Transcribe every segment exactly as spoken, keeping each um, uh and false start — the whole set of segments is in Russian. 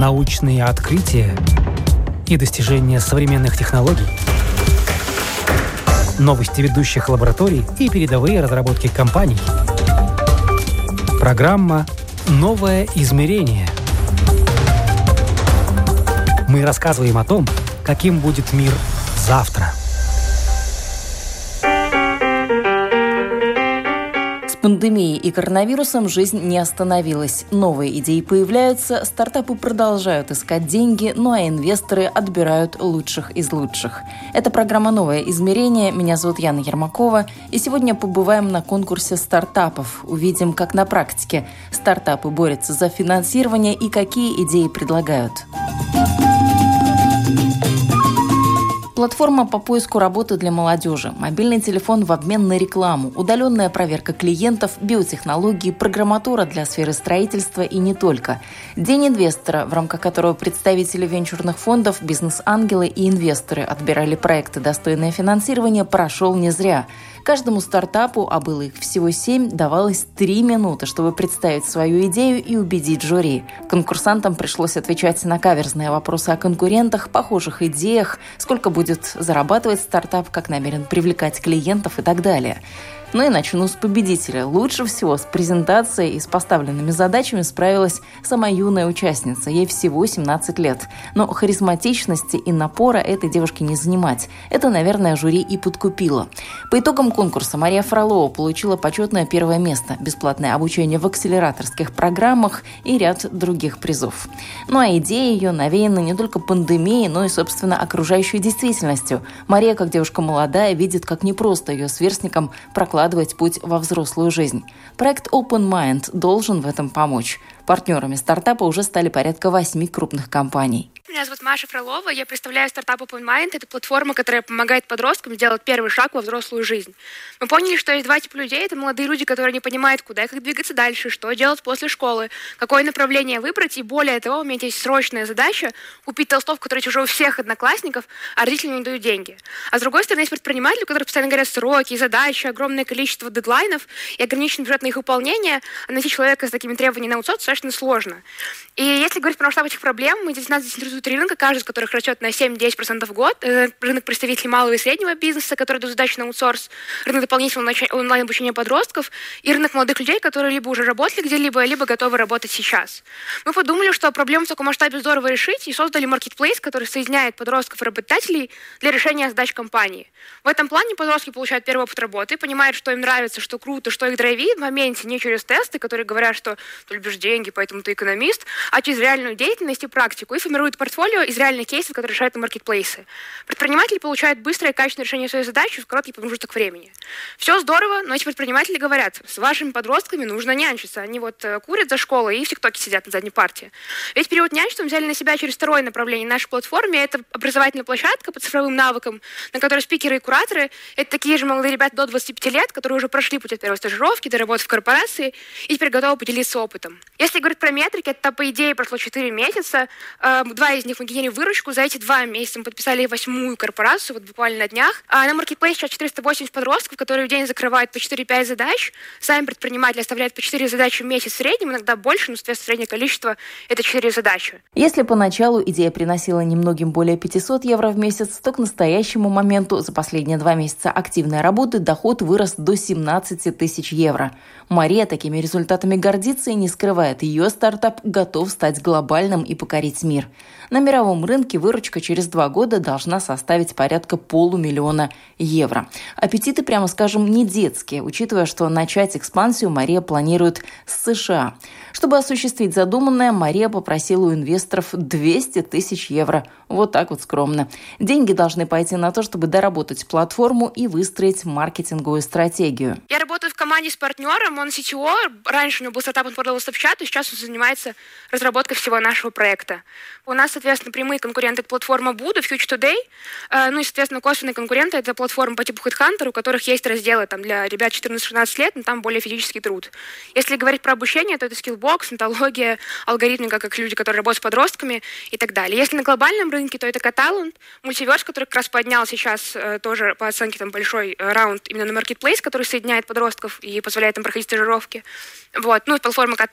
научные открытия и достижения современных технологий, новости ведущих лабораторий и передовые разработки компаний. Программа «Новое измерение». Мы рассказываем о том, каким будет мир завтра. С пандемией и коронавирусом жизнь не остановилась. Новые идеи появляются, стартапы продолжают искать деньги, ну а инвесторы отбирают лучших из лучших. Это программа «Новое измерение». Меня зовут Яна Ермакова. И сегодня побываем на конкурсе стартапов. Увидим, как на практике стартапы борются за финансирование и какие идеи предлагают. Платформа по поиску работы для молодежи, мобильный телефон в обмен на рекламу, удаленная проверка клиентов, биотехнологии, программатура для сферы строительства и не только. День инвестора, в рамках которого представители венчурных фондов, бизнес-ангелы и инвесторы отбирали проекты, достойные финансирования, прошел не зря. Каждому стартапу, а было их всего семь, давалось три минуты, чтобы представить свою идею и убедить жюри. Конкурсантам пришлось отвечать на каверзные вопросы о конкурентах, похожих идеях, сколько будет зарабатывать стартап, как намерен привлекать клиентов и так далее. Ну и начну с победителя. Лучше всего с презентацией и с поставленными задачами справилась сама юная участница. Ей всего семнадцать лет. Но харизматичности и напора этой девушке не занимать. Это, наверное, жюри и подкупило. По итогам конкурса Мария Фролова получила почетное первое место, бесплатное обучение в акселераторских программах и ряд других призов. Ну а идея ее навеяна не только пандемией, но и, собственно, окружающей действительностью. Мария, как девушка молодая, видит, как непросто ее сверстникам прокладывать путь во взрослую жизнь. Проект Open Mind должен в этом помочь. Партнерами стартапа уже стали порядка восьми крупных компаний. Меня зовут Маша Фролова, я представляю стартап Open Mind. Это платформа, которая помогает подросткам сделать первый шаг во взрослую жизнь. Мы поняли, что есть два типа людей. Это молодые люди, которые не понимают, куда и как двигаться дальше, что делать после школы, какое направление выбрать. И более того, у меня есть срочная задача купить толстовку, которая уже у всех одноклассников, а родители не дают деньги. А с другой стороны, есть предприниматели, у которых постоянно говорят сроки, задачи, огромное количество дедлайнов и ограниченный бюджет на их выполнение. А найти человека с такими требованиями на аутсорс достаточно сложно. И если говорить про масштаб этих проблем, мы здесь, нас здесь интересует три рынка, каждый из которых растет на семь-десять процентов в год. Это рынок представителей малого и среднего бизнеса, который дают задачи на аутсорс, рынок дополнительного онлайн-обучения подростков и рынок молодых людей, которые либо уже работали где-либо, либо готовы работать сейчас. Мы подумали, что проблему в таком масштабе здорово решить, и создали маркетплейс, который соединяет подростков и работодателей для решения задач компании. В этом плане подростки получают первый опыт работы, понимают, что им нравится, что круто, что их драйвит в моменте, не через тесты, которые говорят, что ты любишь деньги, поэтому ты экономист, а через реальную деятельность и практику, и формируют портфолио из реальных кейсов, которые решают на маркетплейсы. Предприниматели получают быстрое и качественное решение своей задачи в короткий промежуток времени. Все здорово, но эти предприниматели говорят, с вашими подростками нужно нянчиться. Они вот курят за школой и в ТикТоке сидят на задней парте. Весь период нянчества мы взяли на себя через второе направление нашей платформы. Это образовательная площадка по цифровым навыкам, на которой спикеры и кураторы — это такие же молодые ребята до двадцати пяти лет, которые уже прошли путь от первой стажировки до работы в корпорации и теперь готовы поделиться опытом. Если говорить про метрики, это, по идее, прошло четыре месяца. Два из них мы генерили выручку. За эти два месяца мы подписали восьмую корпорацию, вот буквально на днях. А на маркетплейсе сейчас четыреста восемьдесят подростков, которые в день закрывают по четыре-пять задач. Сами предприниматели оставляют по четыре задачи в месяц в среднем, иногда больше, но, соответственно, среднее количество – это четыре задачи. Если поначалу идея приносила немногим более пятьсот евро в месяц, то к настоящему моменту за последние два месяца активной работы доход вырос до семнадцати тысяч евро. Мария такими результатами гордится и не скрывает, ее стартап готов стать глобальным и покорить мир. На мировом рынке выручка через два года должна составить порядка полумиллиона евро. Аппетиты, прямо скажем, не детские, учитывая, что начать экспансию Мария планирует с США. Чтобы осуществить задуманное, Мария попросила у инвесторов двести тысяч евро. Вот так вот скромно. Деньги должны пойти на то, чтобы доработать платформу и выстроить маркетинговую стратегию. Я работаю в команде с партнером, он си ти о. Раньше у него был стартап, он продал WhatsApp-чат, и сейчас он занимается разработкой всего нашего проекта. У нас, соответственно, прямые конкуренты — это платформа Budo, Future Today. Ну и, соответственно, косвенные конкуренты — это платформа по типу HeadHunter, у которых есть разделы там, для ребят четырнадцать-шестнадцать лет, но там более физический труд. Если говорить про обучение, то это Skillbox, онтология, алгоритмы, как люди, которые работают с подростками и так далее. Если на глобальном рынке, то это Catalent, Multiverse, который как раз поднял сейчас тоже по оценке там, большой раунд именно на Marketplace, который соединяет подростков и позволяет им проходить стажировки. Вот. Ну и платформа Catalent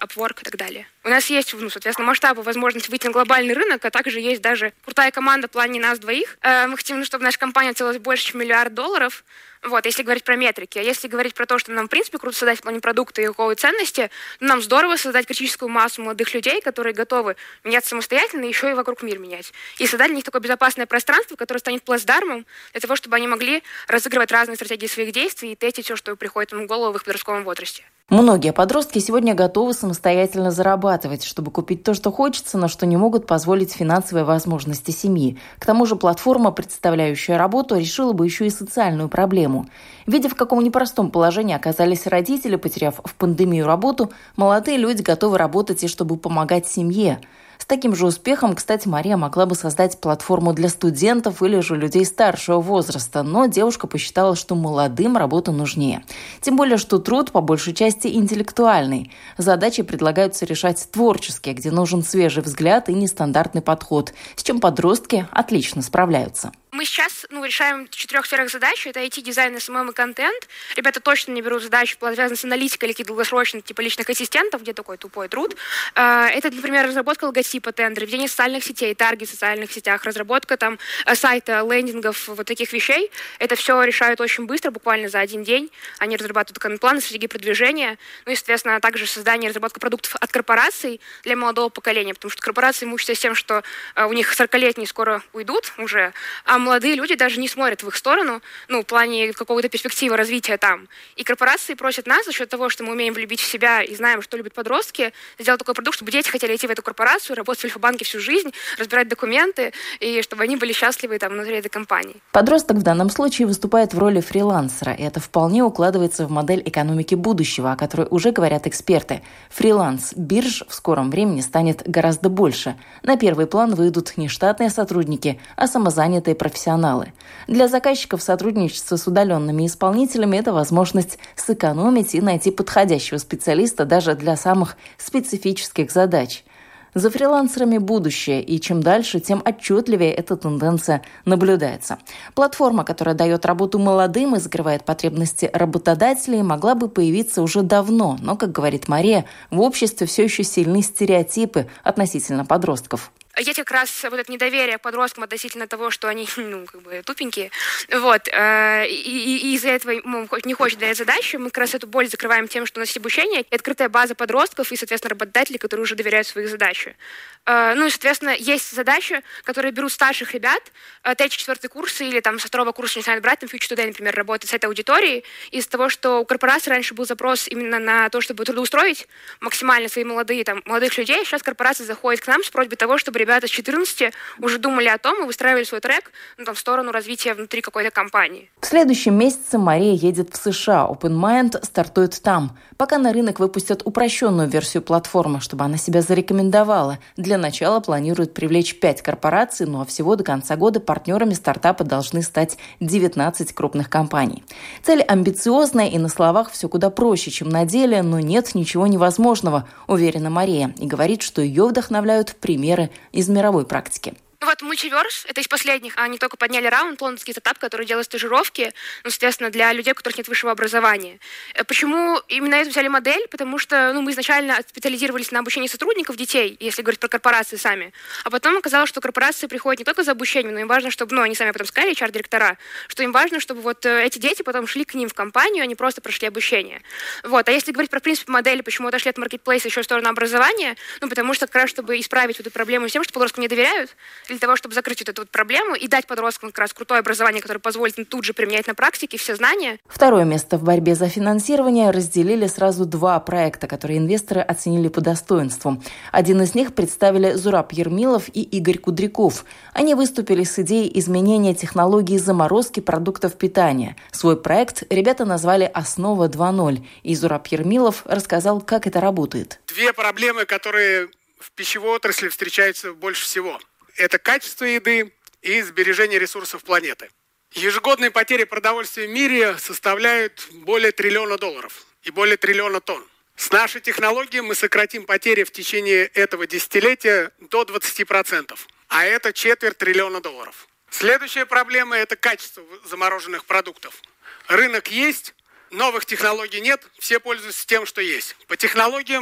Upwork и так далее. У нас есть, ну, соответственно, масштабы, возможность выйти на глобальный рынок, а также есть даже крутая команда в плане нас двоих. Мы хотим, чтобы наша компания оценилась больше, чем миллиард долларов. Вот, если говорить про метрики. А если говорить про то, что нам, в принципе, круто создать в плане продукта и какой ценности, то нам здорово создать критическую массу молодых людей, которые готовы меняться самостоятельно и еще и вокруг мир менять. И создать для них такое безопасное пространство, которое станет плацдармом для того, чтобы они могли разыгрывать разные стратегии своих действий и тестить все, что приходит им в голову в их подростковом возрасте. Многие подростки сегодня готовы самостоятельно зарабатывать, чтобы купить то, что хочется, но что не могут позволить финансовые возможности семьи. К тому же платформа, представляющая работу, решила бы еще и социальную проблему. Видя, в каком непростом положении оказались родители, потеряв в пандемию работу, молодые люди готовы работать и чтобы помогать семье. С таким же успехом, кстати, Мария могла бы создать платформу для студентов или же людей старшего возраста, но девушка посчитала, что молодым работа нужнее. Тем более, что труд по большей части интеллектуальный. Задачи предлагаются решать творческие, где нужен свежий взгляд и нестандартный подход, с чем подростки отлично справляются. Мы сейчас ну, решаем в четырех сферах задач. Это ай ти-дизайн, эс эм эм и контент. Ребята точно не берут задачи, связанные с аналитикой или какие-то долгосрочные, типа личных ассистентов, где такой тупой труд. Это, например, разработка логотипа тендера, ведение социальных сетей, таргет в социальных сетях, разработка там сайта, лендингов, вот таких вещей. Это все решают очень быстро, буквально за один день. Они разрабатывают контент-планы, стратегии продвижения. Ну и, соответственно, также создание и разработка продуктов от корпораций для молодого поколения, потому что корпорации мучаются с тем, что у них сорокалетние скоро уйдут уже, а молодые люди даже не смотрят в их сторону, ну, в плане какого-то перспективы развития там. И корпорации просят нас за счет того, что мы умеем влюбить в себя и знаем, что любят подростки, сделать такой продукт, чтобы дети хотели идти в эту корпорацию, работать в Альфа-банке всю жизнь, разбирать документы, и чтобы они были счастливы там внутри этой компании. Подросток в данном случае выступает в роли фрилансера, и это вполне укладывается в модель экономики будущего, о которой уже говорят эксперты. Фриланс-бирж в скором времени станет гораздо больше. На первый план выйдут не штатные сотрудники, а самозанятые профессионалы. Для заказчиков сотрудничество с удаленными исполнителями – это возможность сэкономить и найти подходящего специалиста даже для самых специфических задач. За фрилансерами будущее, и чем дальше, тем отчетливее эта тенденция наблюдается. Платформа, которая дает работу молодым и закрывает потребности работодателей, могла бы появиться уже давно, но, как говорит Мария, в обществе все еще сильны стереотипы относительно подростков. Есть как раз вот это недоверие к подросткам относительно того, что они, ну, как бы тупенькие. Вот. И, и, и из-за этого ну, не хочет дать задачу. Мы как раз эту боль закрываем тем, что у нас есть обучение, и открытая база подростков и, соответственно, работодателей, которые уже доверяют свои задачи. Ну и, соответственно, есть задачи, которые берут старших ребят, третий-четвертый курсы или там со второго курса начинают брать, там Future Today, например, работает с этой аудиторией, из-за того, что у корпорации раньше был запрос именно на то, чтобы трудоустроить максимально свои молодые, там, молодых людей. Сейчас корпорация заходит к нам с просьбой того, чтобы ребята с четырнадцати уже думали о том и выстраивали свой трек ну, там, в сторону развития внутри какой-то компании. В следующем месяце Мария едет в США. OpenMind стартует там. Пока на рынок выпустят упрощенную версию платформы, чтобы она себя зарекомендовала. Для начала планируют привлечь пять корпораций, ну а всего до конца года партнерами стартапа должны стать девятнадцать крупных компаний. Цель амбициозная и на словах все куда проще, чем на деле, но нет ничего невозможного, уверена Мария, и говорит, что ее вдохновляют примеры из мировой практики. Ну вот Multiverse, это из последних, они только подняли раунд, лондонский стартап, который делает стажировки, ну, соответственно, для людей, у которых нет высшего образования. Почему именно эту взяли модель? Потому что ну, мы изначально специализировались на обучении сотрудников, детей, если говорить про корпорации сами, а потом оказалось, что корпорации приходят не только за обучением, но им важно, чтобы, ну, они сами потом сказали, эйч ар-директора, что им важно, чтобы вот эти дети потом шли к ним в компанию, они просто прошли обучение. Вот. А если говорить про принцип модели, почему отошли от маркетплейса еще в сторону образования, ну, потому что как раз, чтобы исправить вот эту проблему с тем, что подросткам не доверяют, для того, чтобы закрыть вот эту вот проблему и дать подросткам как раз крутое образование, которое позволит им тут же применять на практике все знания. Второе место в борьбе за финансирование разделили сразу два проекта, которые инвесторы оценили по достоинству. Один из них представили Зураб Ермилов и Игорь Кудряков. Они выступили с идеей изменения технологии заморозки продуктов питания. Свой проект ребята назвали «Основа два ноль». И Зураб Ермилов рассказал, как это работает. Две проблемы, которые в пищевой отрасли встречаются больше всего. Это качество еды и сбережение ресурсов планеты. Ежегодные потери продовольствия в мире составляют более триллиона долларов и более триллиона тонн. С нашей технологией мы сократим потери в течение этого десятилетия до двадцати процентов, а это четверть триллиона долларов. Следующая проблема – это качество замороженных продуктов. Рынок есть, новых технологий нет, все пользуются тем, что есть. По технологиям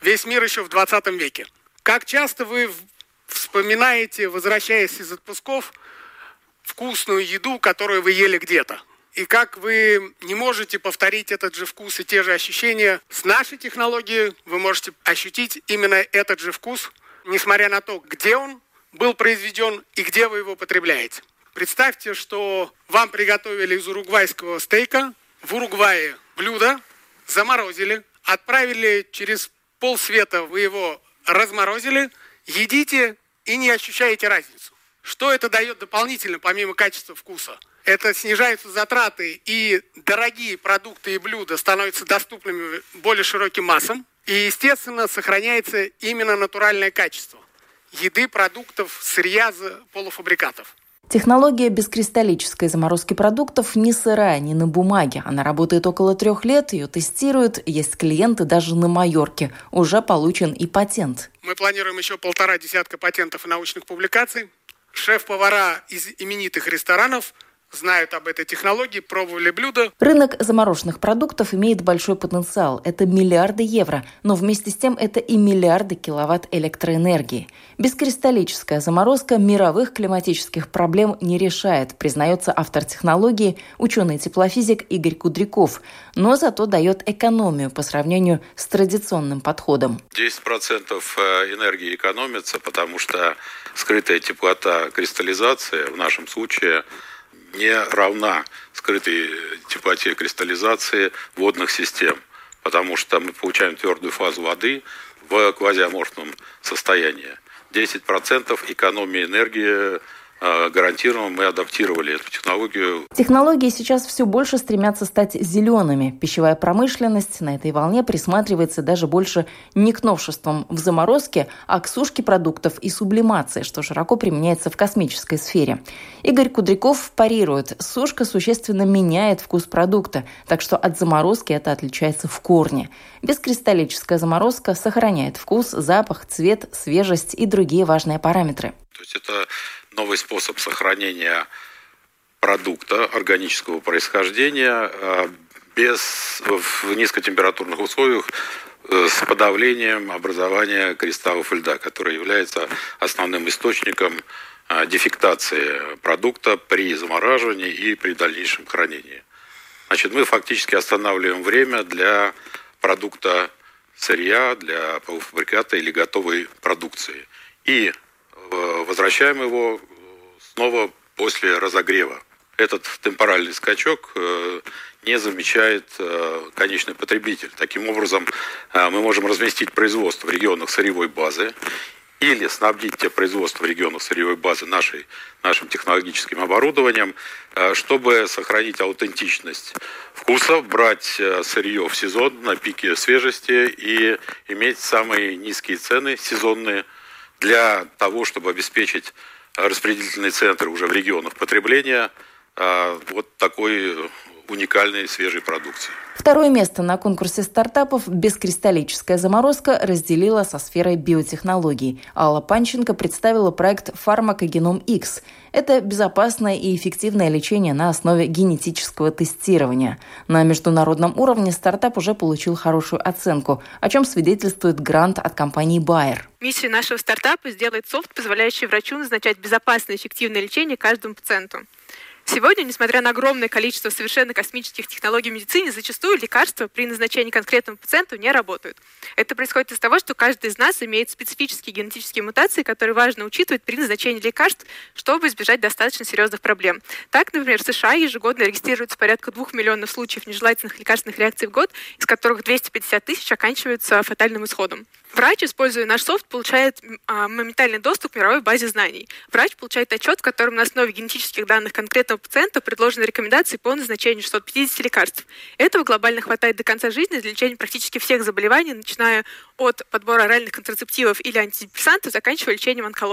весь мир еще в двадцатом веке. Как часто вы вспоминаете, возвращаясь из отпусков, вкусную еду, которую вы ели где-то? И как вы не можете повторить этот же вкус и те же ощущения с нашей технологией, вы можете ощутить именно этот же вкус, несмотря на то, где он был произведен и где вы его потребляете. Представьте, что вам приготовили из уругвайского стейка в Уругвае блюдо, заморозили, отправили через полсвета, вы его разморозили, едите и не ощущаете разницу. Что это дает дополнительно, помимо качества вкуса? Это снижаются затраты, и дорогие продукты и блюда становятся доступными более широким массам. И, естественно, сохраняется именно натуральное качество еды, продуктов, сырья, полуфабрикатов. Технология бескристаллической заморозки продуктов не сырая, не на бумаге. Она работает около трех лет, ее тестируют, есть клиенты даже на Майорке. Уже получен и патент. Мы планируем еще полтора десятка патентов и научных публикаций. Шеф-повара из именитых ресторанов знают об этой технологии, пробовали блюда. Рынок замороженных продуктов имеет большой потенциал. Это миллиарды евро, но вместе с тем это и миллиарды киловатт электроэнергии. Бескристаллическая заморозка мировых климатических проблем не решает, признается автор технологии, ученый-теплофизик Игорь Кудряков, но зато дает экономию по сравнению с традиционным подходом. десять процентов энергии экономится, потому что скрытая теплота кристаллизации в нашем случае не равна скрытой теплоте кристаллизации водных систем, потому что мы получаем твердую фазу воды в квазиаморфном состоянии. десять процентов экономии энергии гарантированно мы адаптировали эту технологию. Технологии сейчас все больше стремятся стать зелеными. Пищевая промышленность на этой волне присматривается даже больше не к новшествам в заморозке, а к сушке продуктов и сублимации, что широко применяется в космической сфере. Игорь Кудряков парирует, сушка существенно меняет вкус продукта, так что от заморозки это отличается в корне. Бескристаллическая заморозка сохраняет вкус, запах, цвет, свежесть и другие важные параметры. То есть это новый способ сохранения продукта органического происхождения без, в низкотемпературных условиях с подавлением образования кристаллов льда, который является основным источником дефектации продукта при замораживании и при дальнейшем хранении. Значит, мы фактически останавливаем время для продукта сырья, для полуфабриката или готовой продукции. И возвращаем его снова после разогрева. Этот темпоральный скачок не замечает конечный потребитель. Таким образом, мы можем разместить производство в регионах сырьевой базы или снабдить те производства в регионах сырьевой базы нашей, нашим технологическим оборудованием, чтобы сохранить аутентичность вкуса, брать сырье в сезон на пике свежести и иметь самые низкие цены сезонные, для того, чтобы обеспечить распределительные центры уже в регионах потребления вот такой уникальной свежей продукции. Второе место на конкурсе стартапов «Бескристаллическая заморозка» разделила со сферой биотехнологий. Алла Панченко представила проект «Фармакогеном X». Это безопасное и эффективное лечение на основе генетического тестирования. На международном уровне стартап уже получил хорошую оценку, о чем свидетельствует грант от компании Bayer. Миссия нашего стартапа – сделать софт, позволяющий врачу назначать безопасное и эффективное лечение каждому пациенту. Сегодня, несмотря на огромное количество совершенно космических технологий в медицине, зачастую лекарства при назначении конкретному пациенту не работают. Это происходит из того, что каждый из нас имеет специфические генетические мутации, которые важно учитывать при назначении лекарств, чтобы избежать достаточно серьезных проблем. Так, например, в США ежегодно регистрируется порядка двух миллионов случаев нежелательных лекарственных реакций в год, из которых двести пятьдесят тысяч оканчиваются фатальным исходом. Врач, используя наш софт, получает а, моментальный доступ к мировой базе знаний. Врач получает отчет, в котором на основе генетических данных конкретного пациента предложены рекомендации по назначению шестисот пятидесяти лекарств. Этого глобально хватает до конца жизни для лечения практически всех заболеваний, начиная от подбора оральных контрацептивов или антидепрессантов, заканчивая лечением онкологии.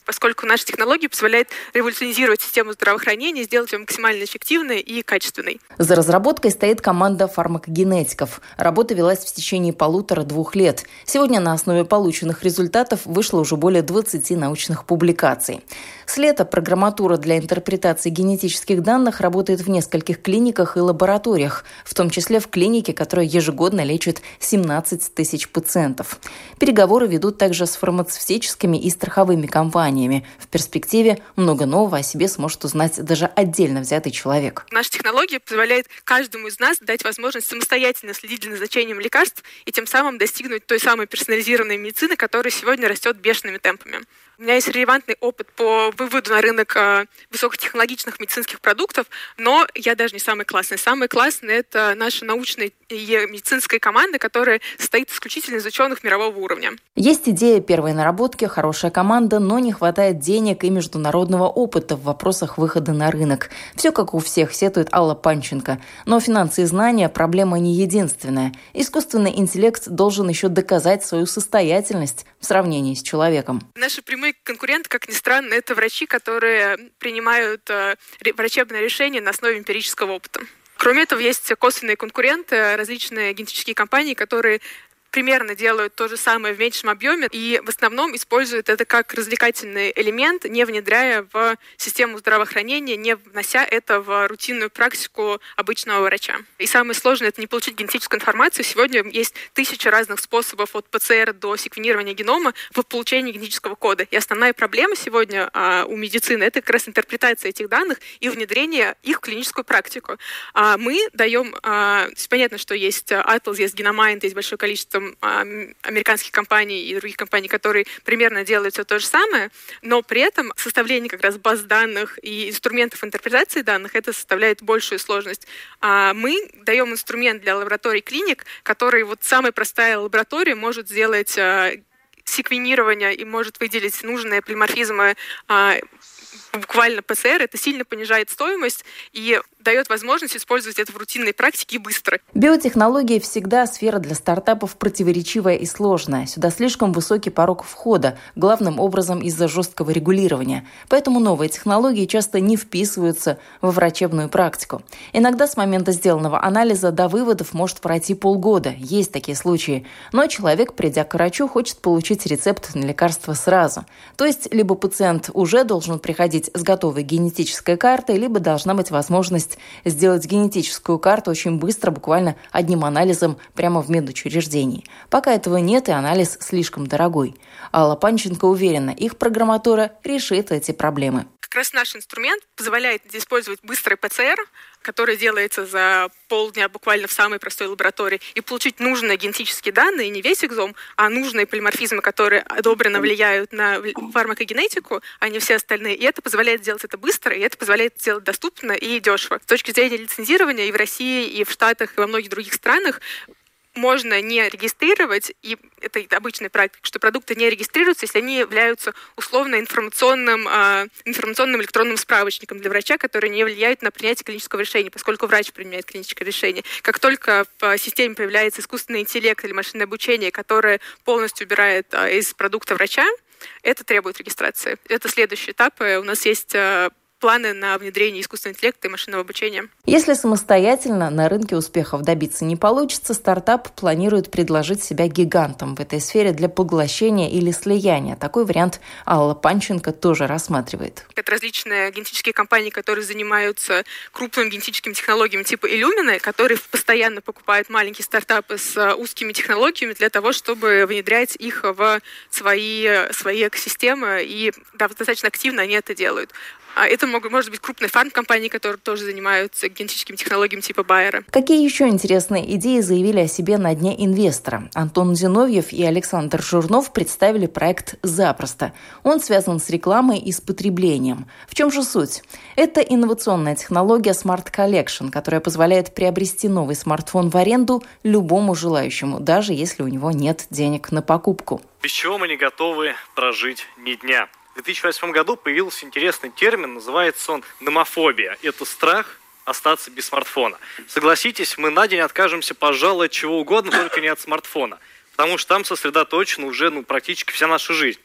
поскольку наши технологии позволяют революционизировать систему здравоохранения, сделать ее максимально эффективной и качественной. За разработкой стоит команда фармакогенетиков. Работа велась в течение полутора-двух лет. Сегодня на основе полученных результатов вышло уже более двадцати научных публикаций. С лета программатура для интерпретации генетических данных работает в нескольких клиниках и лабораториях, в том числе в клинике, которая ежегодно лечит семнадцать тысяч пациентов. Переговоры ведут также с фармацевтическими и страховыми компаниями. В перспективе много нового о себе сможет узнать даже отдельно взятый человек. Наша технология позволяет каждому из нас дать возможность самостоятельно следить за назначением лекарств и тем самым достигнуть той самой персонализированной медицины, которая сегодня растет бешеными темпами. У меня есть релевантный опыт по выводу на рынок э, высокотехнологичных медицинских продуктов, но я даже не самый классный. Самый классный – это наша научная и медицинская команда, которая состоит исключительно из ученых мирового уровня. Есть идея первой наработки, хорошая команда, но не хватает денег и международного опыта в вопросах выхода на рынок. Все как у всех, сетует Алла Панченко. Но финансы и знания – проблема не единственная. Искусственный интеллект должен еще доказать свою состоятельность в сравнении с человеком. Наши прямые конкуренты, как ни странно, это врачи, которые принимают э, врачебное решение на основе эмпирического опыта. Кроме этого, есть косвенные конкуренты, различные генетические компании, которые примерно делают то же самое в меньшем объеме и в основном используют это как развлекательный элемент, не внедряя в систему здравоохранения, не внося это в рутинную практику обычного врача. И самое сложное – это не получить генетическую информацию. Сегодня есть тысячи разных способов от ПЦР до секвенирования генома в получении генетического кода. И основная проблема сегодня а, у медицины – это как раз интерпретация этих данных и внедрение их в клиническую практику. А мы даем… А, понятно, что есть Atlas, есть Genomind, есть большое количество американских компаний и других компаний, которые примерно делают все то же самое, но при этом составление как раз баз данных и инструментов интерпретации данных это составляет большую сложность. А мы даем инструмент для лабораторий клиник, который вот самая простая лаборатория может сделать а, секвенирование и может выделить нужные полиморфизмы а, буквально ПЦР, это сильно понижает стоимость и дает возможность использовать это в рутинной практике и быстро. Биотехнологии всегда сфера для стартапов противоречивая и сложная. Сюда слишком высокий порог входа, главным образом из-за жесткого регулирования. Поэтому новые технологии часто не вписываются во врачебную практику. Иногда с момента сделанного анализа до выводов может пройти полгода. Есть такие случаи. Но человек, придя к врачу, хочет получить рецепт на лекарство сразу. То есть либо пациент уже должен приходить с готовой генетической картой, либо должна быть возможность сделать генетическую карту очень быстро, буквально одним анализом прямо в медучреждении. Пока этого нет, и анализ слишком дорогой. Алла Панченко уверена, их программатура решит эти проблемы. Как раз наш инструмент позволяет использовать быстрый ПЦР, который делается за полдня буквально в самой простой лаборатории, и получить нужные генетические данные, не весь экзом, а нужные полиморфизмы, которые одобренно влияют на фармакогенетику, а не все остальные. И это позволяет сделать это быстро, и это позволяет сделать доступно и дешево. С точки зрения лицензирования и в России, и в Штатах, и во многих других странах можно не регистрировать, и это обычная практика, что продукты не регистрируются, если они являются условно информационным, э, информационным электронным справочником для врача, который не влияет на принятие клинического решения, поскольку врач принимает клиническое решение. Как только в системе появляется искусственный интеллект или машинное обучение, которое полностью убирает э, из продукта врача, это требует регистрации. Это следующий этап. У нас есть э, планы на внедрение искусственного интеллекта и машинного обучения. Если самостоятельно на рынке успехов добиться не получится, стартап планирует предложить себя гигантом в этой сфере для поглощения или слияния. Такой вариант Алла Панченко тоже рассматривает. Это различные генетические компании, которые занимаются крупными генетическими технологиями типа Illumina, которые постоянно покупают маленькие стартапы с узкими технологиями для того, чтобы внедрять их в свои, свои экосистемы, и да, достаточно активно они это делают. Это могут, может быть крупные фармкомпании, которые тоже занимаются генетическими технологиями типа Байера. Какие еще интересные идеи заявили о себе на Дне инвестора? Антон Зиновьев и Александр Журнов представили проект «Запросто». Он связан с рекламой и с потреблением. В чем же суть? Это инновационная технология Smart Collection, которая позволяет приобрести новый смартфон в аренду любому желающему, даже если у него нет денег на покупку. Без чего мы не готовы прожить ни дня. В две тысячи восьмом году появился интересный термин, называется он номофобия. Это страх остаться без смартфона. Согласитесь, мы на день откажемся, пожалуй, от чего угодно, только не от смартфона. Потому что там сосредоточена уже ну, практически вся наша жизнь.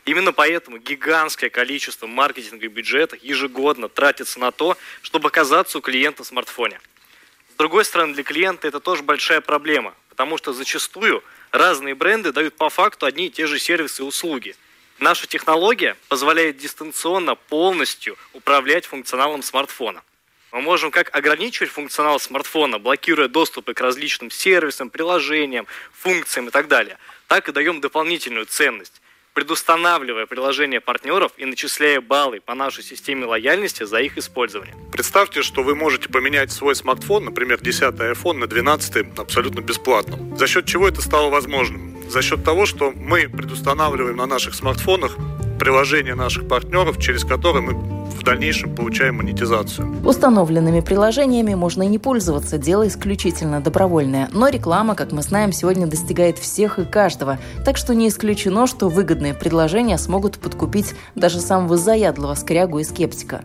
Именно поэтому гигантское количество маркетинговых бюджетов ежегодно тратится на то, чтобы оказаться у клиента в смартфоне. С другой стороны, для клиента это тоже большая проблема, потому что зачастую разные бренды дают по факту одни и те же сервисы и услуги. Наша технология позволяет дистанционно полностью управлять функционалом смартфона. Мы можем как ограничивать функционал смартфона, блокируя доступы к различным сервисам, приложениям, функциям и так далее, так и даем дополнительную ценность, предустанавливая приложения партнеров и начисляя баллы по нашей системе лояльности за их использование. Представьте, что вы можете поменять свой смартфон, например, десятый айфон на двенадцатый абсолютно бесплатно. За счет чего это стало возможным? За счет того, что мы предустанавливаем на наших смартфонах приложения наших партнеров, через которые мы в дальнейшем получаем монетизацию. Установленными приложениями можно и не пользоваться, дело исключительно добровольное. Но реклама, как мы знаем, сегодня достигает всех и каждого. Так что не исключено, что выгодные предложения смогут подкупить даже самого заядлого скрягу и скептика.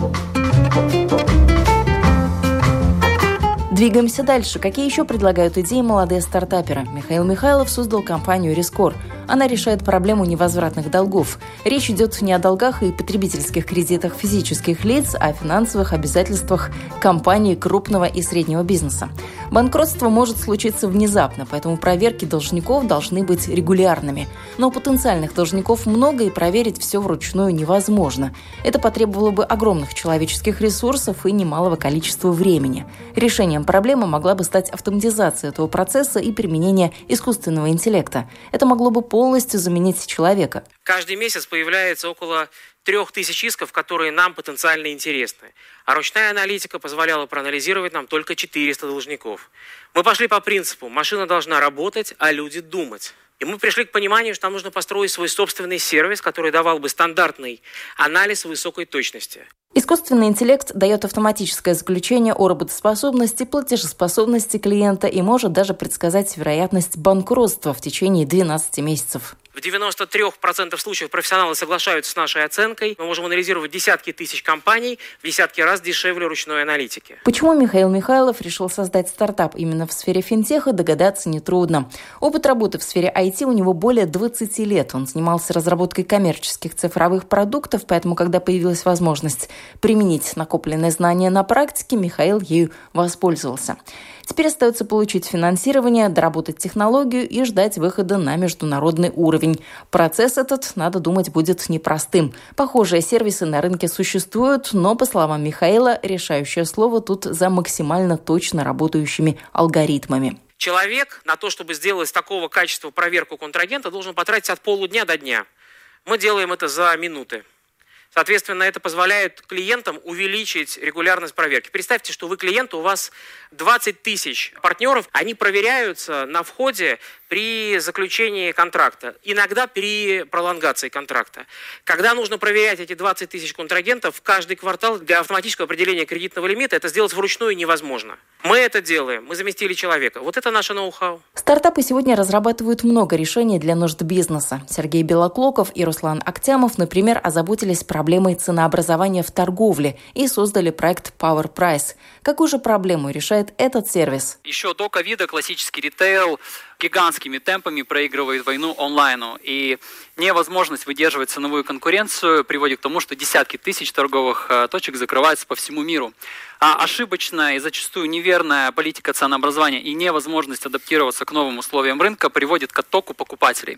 Двигаемся дальше. Какие еще предлагают идеи молодые стартаперы? Михаил Михайлов создал компанию «Рискор». Она решает проблему невозвратных долгов. Речь идет не о долгах и потребительских кредитах физических лиц, а о финансовых обязательствах компаний крупного и среднего бизнеса. Банкротство может случиться внезапно, поэтому проверки должников должны быть регулярными. Но у потенциальных должников много, и проверить все вручную невозможно. Это потребовало бы огромных человеческих ресурсов и немалого количества времени. Решением проблемы могла бы стать автоматизация этого процесса и применение искусственного интеллекта. Это могло бы полностью заменить человека. Каждый месяц появляется около трех тысяч исков, которые нам потенциально интересны. А ручная аналитика позволяла проанализировать нам только четыреста должников. Мы пошли по принципу: машина должна работать, а люди думать. И мы пришли к пониманию, что нам нужно построить свой собственный сервис, который давал бы стандартный анализ высокой точности. Искусственный интеллект дает автоматическое заключение о работоспособности, платежеспособности клиента и может даже предсказать вероятность банкротства в течение двенадцати месяцев. В девяноста трёх процентах случаев профессионалы соглашаются с нашей оценкой. Мы можем анализировать десятки тысяч компаний в десятки раз дешевле ручной аналитики. Почему Михаил Михайлов решил создать стартап именно в сфере финтеха, догадаться нетрудно. Опыт работы в сфере ай ти у него более двадцати лет. Он занимался разработкой коммерческих цифровых продуктов, поэтому, когда появилась возможность применить накопленные знания на практике, Михаил ею воспользовался. Теперь остается получить финансирование, доработать технологию и ждать выхода на международный уровень. Процесс этот, надо думать, будет непростым. Похожие сервисы на рынке существуют, но, по словам Михаила, решающее слово тут за максимально точно работающими алгоритмами. Человек на то, чтобы сделать такого качества проверку контрагента, должен потратить от полудня до дня. Мы делаем это за минуты. Соответственно, это позволяет клиентам увеличить регулярность проверки. Представьте, что вы клиент, у вас двадцать тысяч партнеров, они проверяются на входе при заключении контракта, иногда при пролонгации контракта. Когда нужно проверять эти двадцать тысяч контрагентов, каждый квартал для автоматического определения кредитного лимита это сделать вручную невозможно. Мы это делаем, мы заместили человека. Вот это наше ноу-хау. Стартапы сегодня разрабатывают много решений для нужд бизнеса. Сергей Белоклоков и Руслан Актямов, например, озаботились проблемой ценообразования в торговле и создали проект Power Price. Какую же проблему решает этот сервис? Еще до ковида классический ритейл гигантскими темпами проигрывает войну онлайну. И невозможность выдерживать ценовую конкуренцию приводит к тому, что десятки тысяч торговых точек закрываются по всему миру. А ошибочная и зачастую неверная политика ценообразования и невозможность адаптироваться к новым условиям рынка приводит к оттоку покупателей,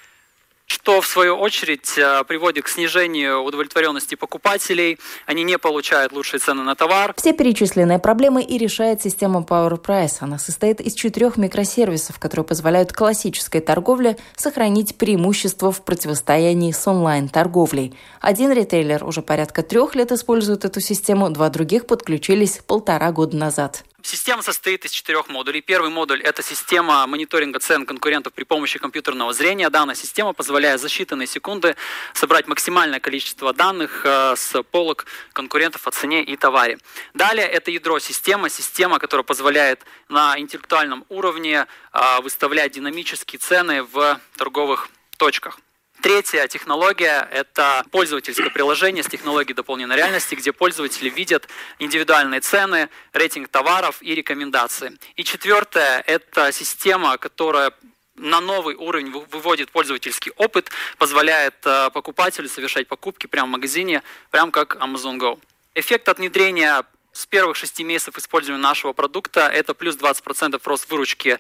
что в свою очередь приводит к снижению удовлетворенности покупателей. Они не получают лучшие цены на товар. Все перечисленные проблемы и решает система Power Price. Она состоит из четырех микросервисов, которые позволяют классической торговле сохранить преимущество в противостоянии с онлайн-торговлей. Один ритейлер уже порядка трех лет использует эту систему, два других подключились полтора года назад. Система состоит из четырех модулей. Первый модуль – это система мониторинга цен конкурентов при помощи компьютерного зрения. Данная система позволяет за считанные секунды собрать максимальное количество данных с полок конкурентов о цене и товаре. Далее это ядро системы, система, которая позволяет на интеллектуальном уровне выставлять динамические цены в торговых точках. Третья технология – это пользовательское приложение с технологией дополненной реальности, где пользователи видят индивидуальные цены, рейтинг товаров и рекомендации. И четвертое – это система, которая на новый уровень выводит пользовательский опыт, позволяет покупателю совершать покупки прямо в магазине, прямо как Amazon Go. Эффект от внедрения с первых шести месяцев использования нашего продукта – это плюс двадцать процентов рост выручки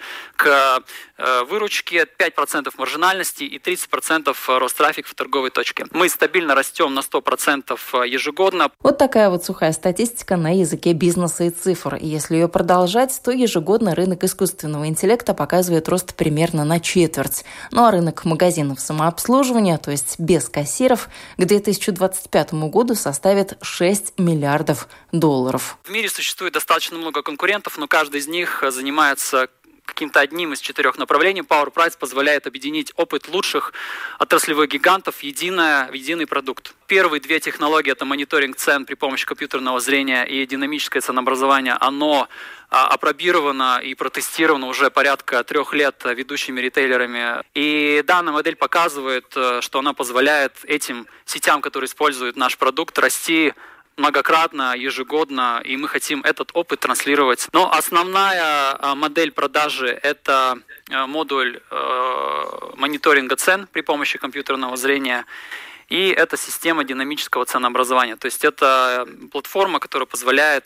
к э, выручке, пять процентов маржинальности и тридцать процентов рост трафика в торговой точке. Мы стабильно растем на сто процентов ежегодно. Вот такая вот сухая статистика на языке бизнеса и цифр. И если ее продолжать, то ежегодно рынок искусственного интеллекта показывает рост примерно на четверть. Ну а рынок магазинов самообслуживания, то есть без кассиров, к две тысячи двадцать пятому году составит шесть миллиардов долларов. В мире существует достаточно много конкурентов, но каждый из них занимается каким-то одним из четырех направлений. PowerPrice позволяет объединить опыт лучших отраслевых гигантов в, единое, в единый продукт. Первые две технологии – это мониторинг цен при помощи компьютерного зрения и динамическое ценообразование. Оно а, апробировано и протестировано уже порядка трех лет ведущими ритейлерами. И данная модель показывает, что она позволяет этим сетям, которые используют наш продукт, расти многократно, ежегодно, и мы хотим этот опыт транслировать. Но основная модель продажи – это модуль э, мониторинга цен при помощи компьютерного зрения, и это система динамического ценообразования. То есть это платформа, которая позволяет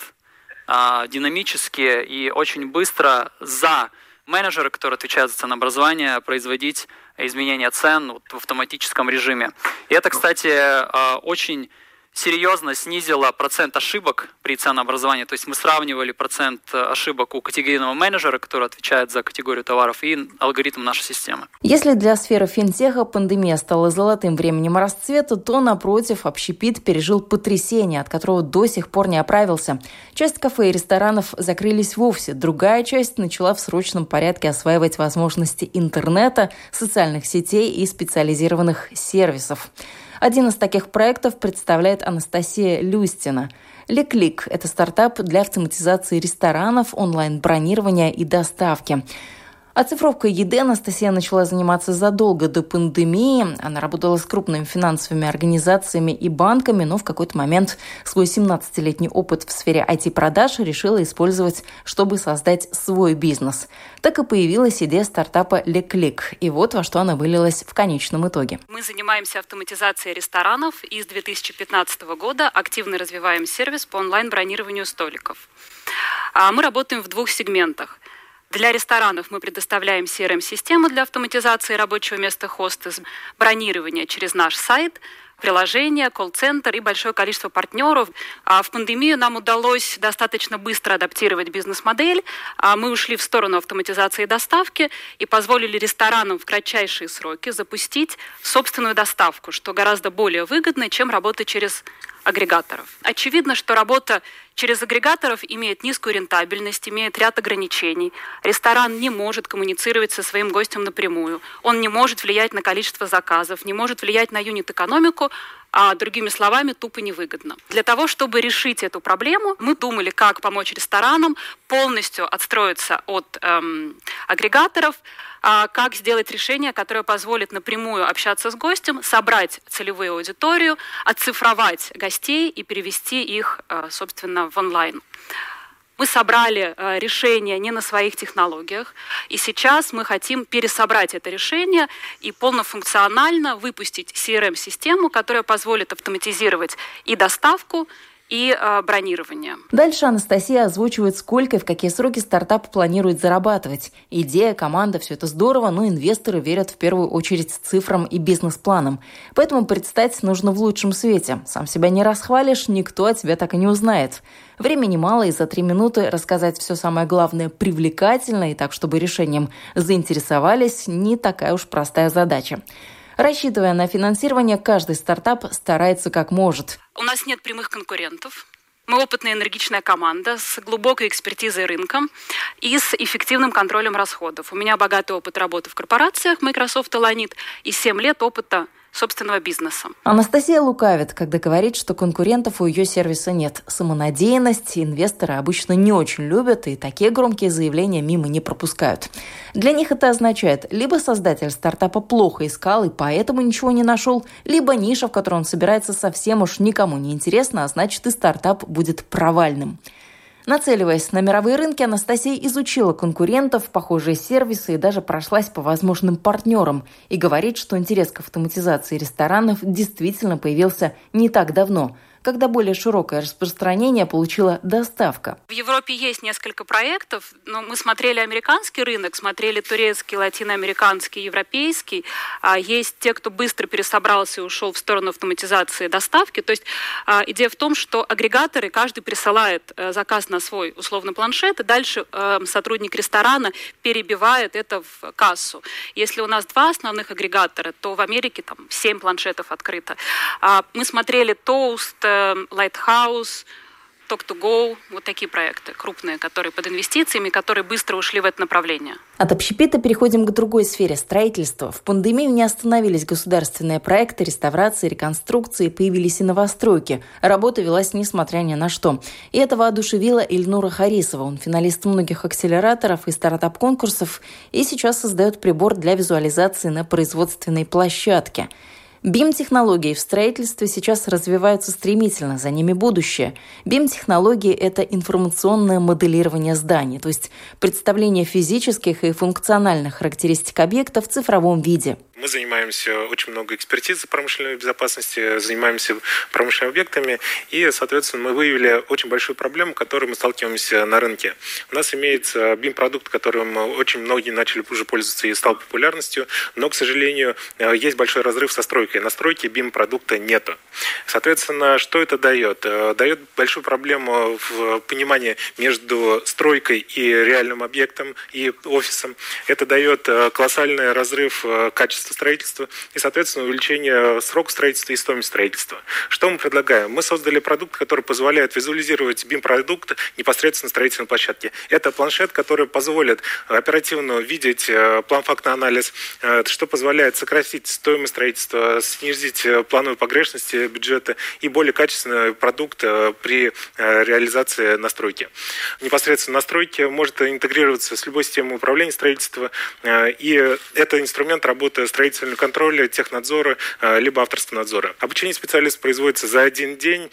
э, динамически и очень быстро за менеджера, который отвечает за ценообразование, производить изменения цен вот, в автоматическом режиме. И это, кстати, э, очень серьезно снизила процент ошибок при ценообразовании. То есть мы сравнивали процент ошибок у категорийного менеджера, который отвечает за категорию товаров, и алгоритм нашей системы. Если для сферы финтеха пандемия стала золотым временем расцвета, то, напротив, общепит пережил потрясение, от которого до сих пор не оправился. Часть кафе и ресторанов закрылись вовсе, другая часть начала в срочном порядке осваивать возможности интернета, социальных сетей и специализированных сервисов. Один из таких проектов представляет Анастасия Люстина. Леклик – это стартап для автоматизации ресторанов, онлайн-бронирования и доставки. Оцифровкой еды Анастасия начала заниматься задолго до пандемии. Она работала с крупными финансовыми организациями и банками, но в какой-то момент свой семнадцатилетний опыт в сфере ай ти-продаж решила использовать, чтобы создать свой бизнес. Так и появилась идея стартапа Леклик. И вот во что она вылилась в конечном итоге. Мы занимаемся автоматизацией ресторанов и с две тысячи пятнадцатого года активно развиваем сервис по онлайн-бронированию столиков. Мы работаем в двух сегментах. Для ресторанов мы предоставляем си эр эм-систему для автоматизации рабочего места хостес, бронирование через наш сайт, приложение, колл-центр и большое количество партнеров. А в пандемию нам удалось достаточно быстро адаптировать бизнес-модель. А мы ушли в сторону автоматизации доставки и позволили ресторанам в кратчайшие сроки запустить собственную доставку, что гораздо более выгодно, чем работа через агрегаторов. Очевидно, что работа через агрегаторов имеет низкую рентабельность, имеет ряд ограничений. Ресторан не может коммуницировать со своим гостем напрямую. Он не может влиять на количество заказов, не может влиять на юнит-экономику, а, другими словами, тупо невыгодно. Для того, чтобы решить эту проблему, мы думали, как помочь ресторанам полностью отстроиться от эм, агрегаторов, а, как сделать решение, которое позволит напрямую общаться с гостем, собрать целевую аудиторию, оцифровать гостей и перевести их, собственно, в онлайн. Мы собрали э, решение не на своих технологиях, и сейчас мы хотим пересобрать это решение и полнофункционально выпустить си эр эм-систему, которая позволит автоматизировать и доставку, и э, бронирование. Дальше Анастасия озвучивает, сколько и в какие сроки стартап планирует зарабатывать. Идея, команда – все это здорово, но инвесторы верят в первую очередь цифрам и бизнес-планам. Поэтому предстать нужно в лучшем свете. Сам себя не расхвалишь, никто о тебе так и не узнает. Времени мало, и за три минуты рассказать все самое главное привлекательно и так, чтобы решением заинтересовались, не такая уж простая задача. Рассчитывая на финансирование, каждый стартап старается как может. У нас нет прямых конкурентов. Мы опытная энергичная команда с глубокой экспертизой рынка и с эффективным контролем расходов. У меня богатый опыт работы в корпорациях Microsoft и Lanit и семь лет опыта собственного бизнеса. Анастасия лукавит, когда говорит, что конкурентов у ее сервиса нет. Самонадеянность инвесторы обычно не очень любят, и такие громкие заявления мимо не пропускают. Для них это означает, либо создатель стартапа плохо искал и поэтому ничего не нашел, либо ниша, в которой он собирается, совсем уж никому не интересна, а значит и стартап будет провальным. Нацеливаясь на мировые рынки, Анастасия изучила конкурентов, похожие сервисы и даже прошлась по возможным партнерам. И говорит, что интерес к автоматизации ресторанов действительно появился не так давно, когда более широкое распространение получила доставка. В Европе есть несколько проектов, но мы смотрели американский рынок, смотрели турецкий, латиноамериканский, европейский. А есть те, кто быстро пересобрался и ушел в сторону автоматизации доставки. То есть а, идея в том, что агрегаторы, каждый присылает а, заказ на свой условно планшет, и дальше а, сотрудник ресторана перебивает это в кассу. Если у нас два основных агрегатора, то в Америке там семь планшетов открыто. А, мы смотрели Toast, Lighthouse, Talk to Go, вот такие проекты крупные, которые под инвестициями, которые быстро ушли в это направление. От общепита переходим к другой сфере строительства. В пандемию не остановились государственные проекты, реставрации, реконструкции, появились и новостройки. Работа велась несмотря ни на что. И это воодушевило Ильнура Харисова. Он финалист многих акселераторов и стартап-конкурсов и сейчас создает прибор для визуализации на производственной площадке. би и эм-технологии в строительстве сейчас развиваются стремительно, за ними будущее. би и эм-технологии – это информационное моделирование зданий, то есть представление физических и функциональных характеристик объекта в цифровом виде. Мы занимаемся очень много экспертизы промышленной безопасности, занимаемся промышленными объектами, и, соответственно, мы выявили очень большую проблему, с которой мы сталкиваемся на рынке. У нас имеется би и эм-продукт, которым очень многие начали уже пользоваться и стал популярностью, но, к сожалению, есть большой разрыв со стройкой. На стройке би и эм-продукта нету. Соответственно, что это дает? Дает большую проблему в понимании между стройкой и реальным объектом, и офисом. Это дает колоссальный разрыв качества строительства и, соответственно, увеличение срока строительства и стоимости строительства. Что мы предлагаем? Мы создали продукт, который позволяет визуализировать би и эм-продукт непосредственно на строительной площадке. Это планшет, который позволит оперативно видеть план-фактный анализ, что позволяет сократить стоимость строительства, снизить плановые погрешности бюджета и более качественный продукт при реализации настройки. Непосредственно настройки может интегрироваться с любой системой управления строительства, и это инструмент работы строительного контроля, технадзора, либо авторского надзора. Обучение специалистов производится за один день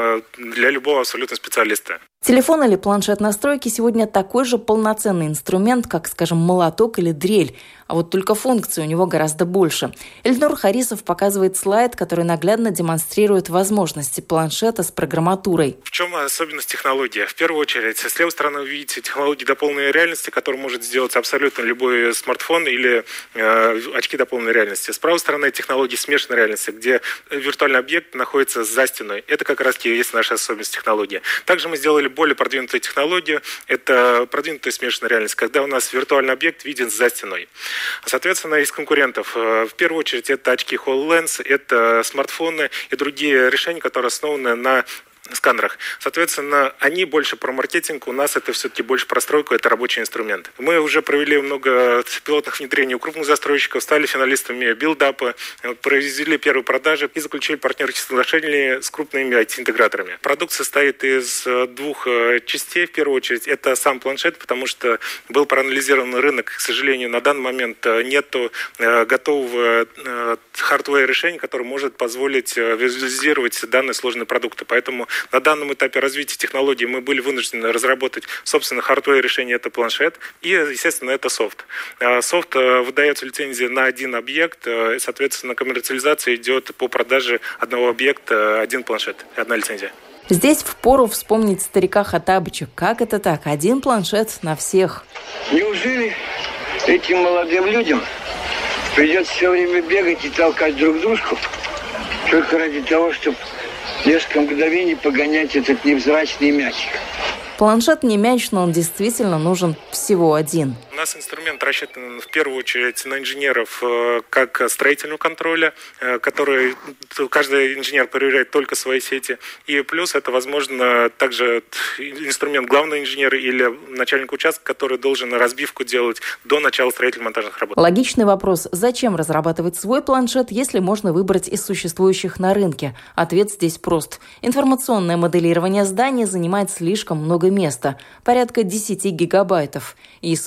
для любого абсолютно специалиста. Телефон или планшет настройки сегодня такой же полноценный инструмент, как, скажем, молоток или дрель, а вот только функций у него гораздо больше. Ильнур Харисов показывает слайд, который наглядно демонстрирует возможности планшета с программатурой. В чем особенность технологии? В первую очередь, с левой стороны вы видите технологии дополненной реальности, которые может сделать абсолютно любой смартфон или э, очки дополненной реальности. С правой стороны технологии смешанной реальности, где виртуальный объект находится за стеной. Это как раз и есть наша особенность технологии. Также мы сделали более продвинутую технологию. Это продвинутая смешанная реальность, когда у нас виртуальный объект виден за стеной. Соответственно, из конкурентов, в первую очередь, это очки HoloLens, это смартфоны и другие решения, которые основаны на сканерах. Соответственно, они больше про маркетинг, у нас это все-таки больше про стройку, это рабочий инструмент. Мы уже провели много пилотных внедрений у крупных застройщиков, стали финалистами билдапа, произвели первые продажи и заключили партнерские соглашения с крупными ай ти-интеграторами. Продукт состоит из двух частей. В первую очередь, это сам планшет, потому что был проанализирован рынок. К сожалению, на данный момент нету готового хардвера решения, которое может позволить визуализировать данные сложные продукты. Поэтому на данном этапе развития технологий мы были вынуждены разработать, собственно, хардвер решение, это планшет, и, естественно, это софт. Софт выдается лицензия на один объект, и, соответственно, коммерциализация идет по продаже одного объекта, один планшет, одна лицензия. Здесь впору вспомнить старика Хоттабыча. Как это так? Один планшет на всех. Неужели этим молодым людям придется все время бегать и толкать друг дружку только ради того, чтобы несколько мгновений погонять этот невзрачный мячик? Планшет не мяч, но он действительно нужен всего один. У нас инструмент рассчитан в первую очередь на инженеров как строительного контроля, который каждый инженер проверяет только свои сети. И плюс это, возможно, также инструмент главного инженера или начальника участка, который должен разбивку делать до начала строительно-монтажных работ. Логичный вопрос. Зачем разрабатывать свой планшет, если можно выбрать из существующих на рынке? Ответ здесь прост. Информационное моделирование здания занимает слишком много места, порядка десять гигабайтов. И свое решение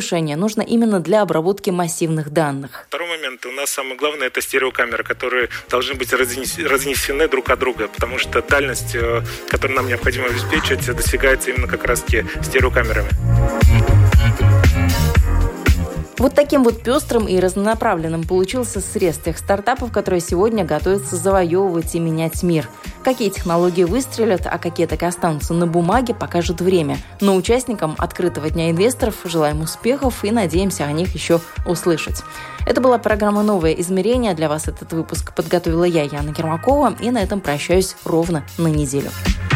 решение нужно именно для обработки массивных данных. Второй момент. У нас самое главное – это стереокамеры, которые должны быть разнесены друг от друга, потому что дальность, которую нам необходимо обеспечить, достигается именно как раз-таки стереокамерами. Вот таким вот пестрым и разнонаправленным получился срез тех стартапов, которые сегодня готовятся завоевывать и менять мир. Какие технологии выстрелят, а какие так и останутся на бумаге, покажет время. Но участникам открытого дня инвесторов желаем успехов и надеемся о них еще услышать. Это была программа «Новое измерение». Для вас этот выпуск подготовила я, Яна Ермакова, и на этом прощаюсь ровно на неделю.